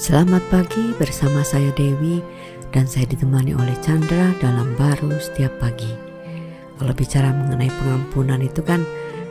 Selamat pagi, bersama saya Dewi dan saya ditemani oleh Chandra dalam Baru Setiap Pagi. Kalau bicara mengenai pengampunan itu kan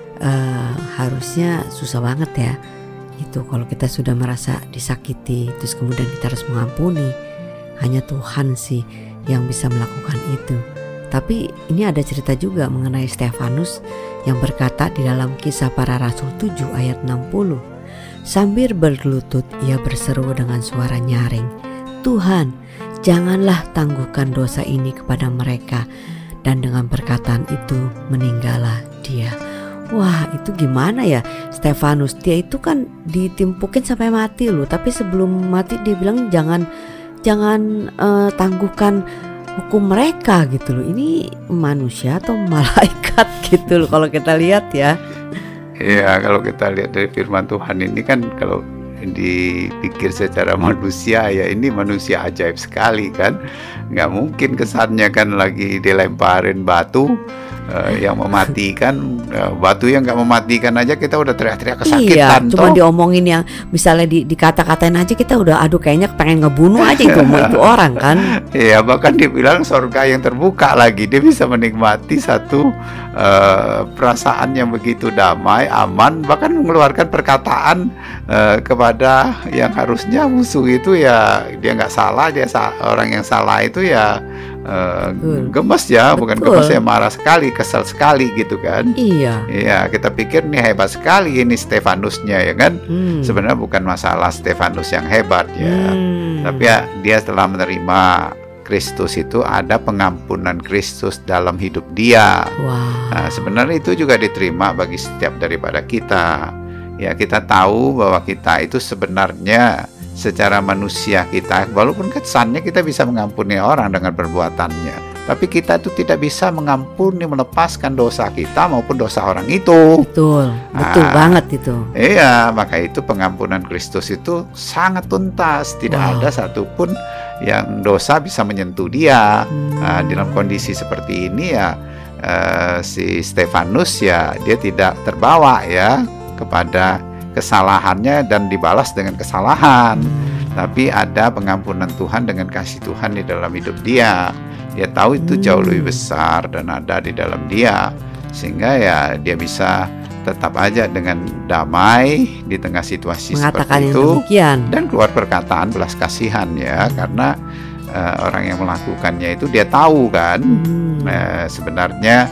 harusnya susah banget ya. Itu kalau kita sudah merasa disakiti, terus kemudian kita harus mengampuni. Hanya Tuhan sih yang bisa melakukan itu. Tapi ini ada cerita juga mengenai Stefanus yang berkata di dalam Kisah Para Rasul 7 ayat 60. Sambil berlutut ia berseru dengan suara nyaring, "Tuhan, janganlah tangguhkan dosa ini kepada mereka." Dan dengan perkataan itu meninggallah dia. Wah, itu gimana ya Stefanus? Dia itu kan ditimpukin sampai mati loh. Tapi sebelum mati dia bilang jangan tangguhkan hukum mereka gitu loh. Ini manusia atau malaikat gitu loh kalau kita lihat ya. Ya, kalau kita lihat dari firman Tuhan ini kan, kalau dipikir secara manusia ya, ini manusia ajaib sekali kan. Nggak mungkin kesannya kan lagi dilemparin batu yang mematikan. Batu yang nggak mematikan aja kita udah teriak-teriak kesakitan. Iya, cuma diomongin yang misalnya dikata-katain aja kita udah aduh kayaknya pengen ngebunuh aja itu orang kan. Iya, bahkan dibilang surga yang terbuka lagi. Dia bisa menikmati satu perasaan yang begitu damai, aman, bahkan mengeluarkan perkataan kepada yang harusnya musuh itu ya dia nggak salah, orang yang salah itu ya gemes ya. Betul. Bukan gemes ya, marah sekali, kesal sekali gitu kan. Iya. Iya, kita pikir nih hebat sekali ini Stefanusnya ya kan. Sebenarnya bukan masalah Stefanus yang hebat ya. Tapi ya dia setelah menerima Kristus itu ada pengampunan Kristus dalam hidup dia. Wow. Nah, sebenarnya itu juga diterima bagi setiap daripada kita. Ya, kita tahu bahwa kita itu sebenarnya secara manusia kita, walaupun kesannya kita bisa mengampuni orang dengan perbuatannya, tapi kita itu tidak bisa mengampuni, melepaskan dosa kita maupun dosa orang itu. Betul banget itu. Iya, maka itu pengampunan Kristus itu sangat tuntas. Tidak ada satupun yang dosa bisa menyentuh dia. Dalam kondisi seperti ini ya, si Stefanus ya dia tidak terbawa ya kepada kesalahannya dan dibalas dengan kesalahan, tapi ada pengampunan Tuhan dengan kasih Tuhan di dalam hidup dia. Dia tahu itu jauh lebih besar dan ada di dalam dia, sehingga ya dia bisa tetap aja dengan damai di tengah situasi seperti itu dan keluar perkataan belas kasihan ya, karena orang yang melakukannya itu dia tahu kan sebenarnya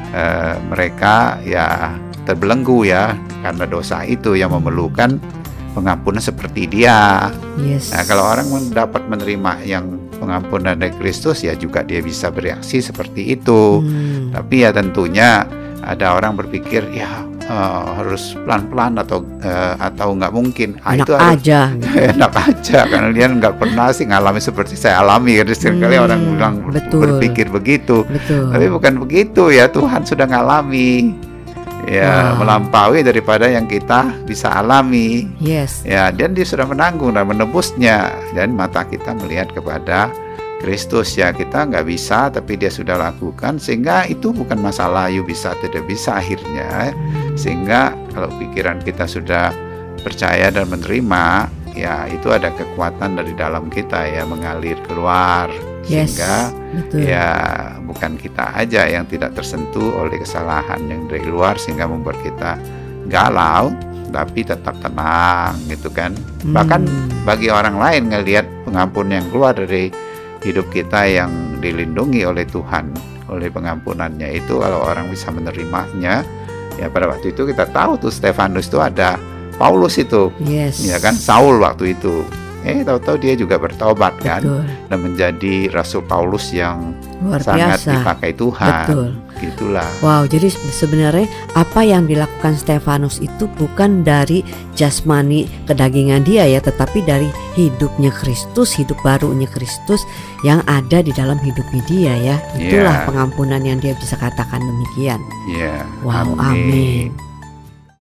mereka ya terbelenggu ya karena dosa itu yang memerlukan pengampunan seperti dia. Yes. Nah, kalau orang dapat menerima yang pengampunan dari Kristus ya juga dia bisa bereaksi seperti itu. Tapi ya tentunya ada orang berpikir ya harus pelan-pelan atau nggak mungkin. Enak itu aja. Enak aja karena dia nggak pernah sih ngalami seperti saya alami. Sekali orang bilang berpikir begitu. Betul. Tapi bukan begitu ya, Tuhan sudah ngalami. Ya, melampaui daripada yang kita bisa alami. Yes. Ya, dan dia sudah menanggung dan menebusnya. Dan mata kita melihat kepada Kristus ya, kita nggak bisa tapi dia sudah lakukan, sehingga itu bukan masalah you bisa tidak bisa akhirnya. Sehingga kalau pikiran kita sudah percaya dan menerima, ya itu ada kekuatan dari dalam kita ya mengalir keluar. Sehingga ya bukan kita aja yang tidak tersentuh oleh kesalahan yang dari luar sehingga membuat kita galau, tapi tetap tenang gitu kan. Bahkan bagi orang lain ngelihat pengampunan yang keluar dari hidup kita yang dilindungi oleh Tuhan, oleh pengampunannya itu, kalau orang bisa menerimanya ya, pada waktu itu kita tahu tuh Stefanus itu ada Paulus itu, ya kan, Saul waktu itu. Tahu-tahu dia juga bertobat kan. Dan menjadi Rasul Paulus yang luar sangat biasa dipakai Tuhan. Betul. Gitulah. Wow, jadi sebenarnya apa yang dilakukan Stefanus itu bukan dari jasmani kedagingan dia ya, tetapi dari hidupnya Kristus, hidup barunya Kristus yang ada di dalam hidupnya dia ya. Itulah pengampunan yang dia bisa katakan demikian. Iya. Wow, amin.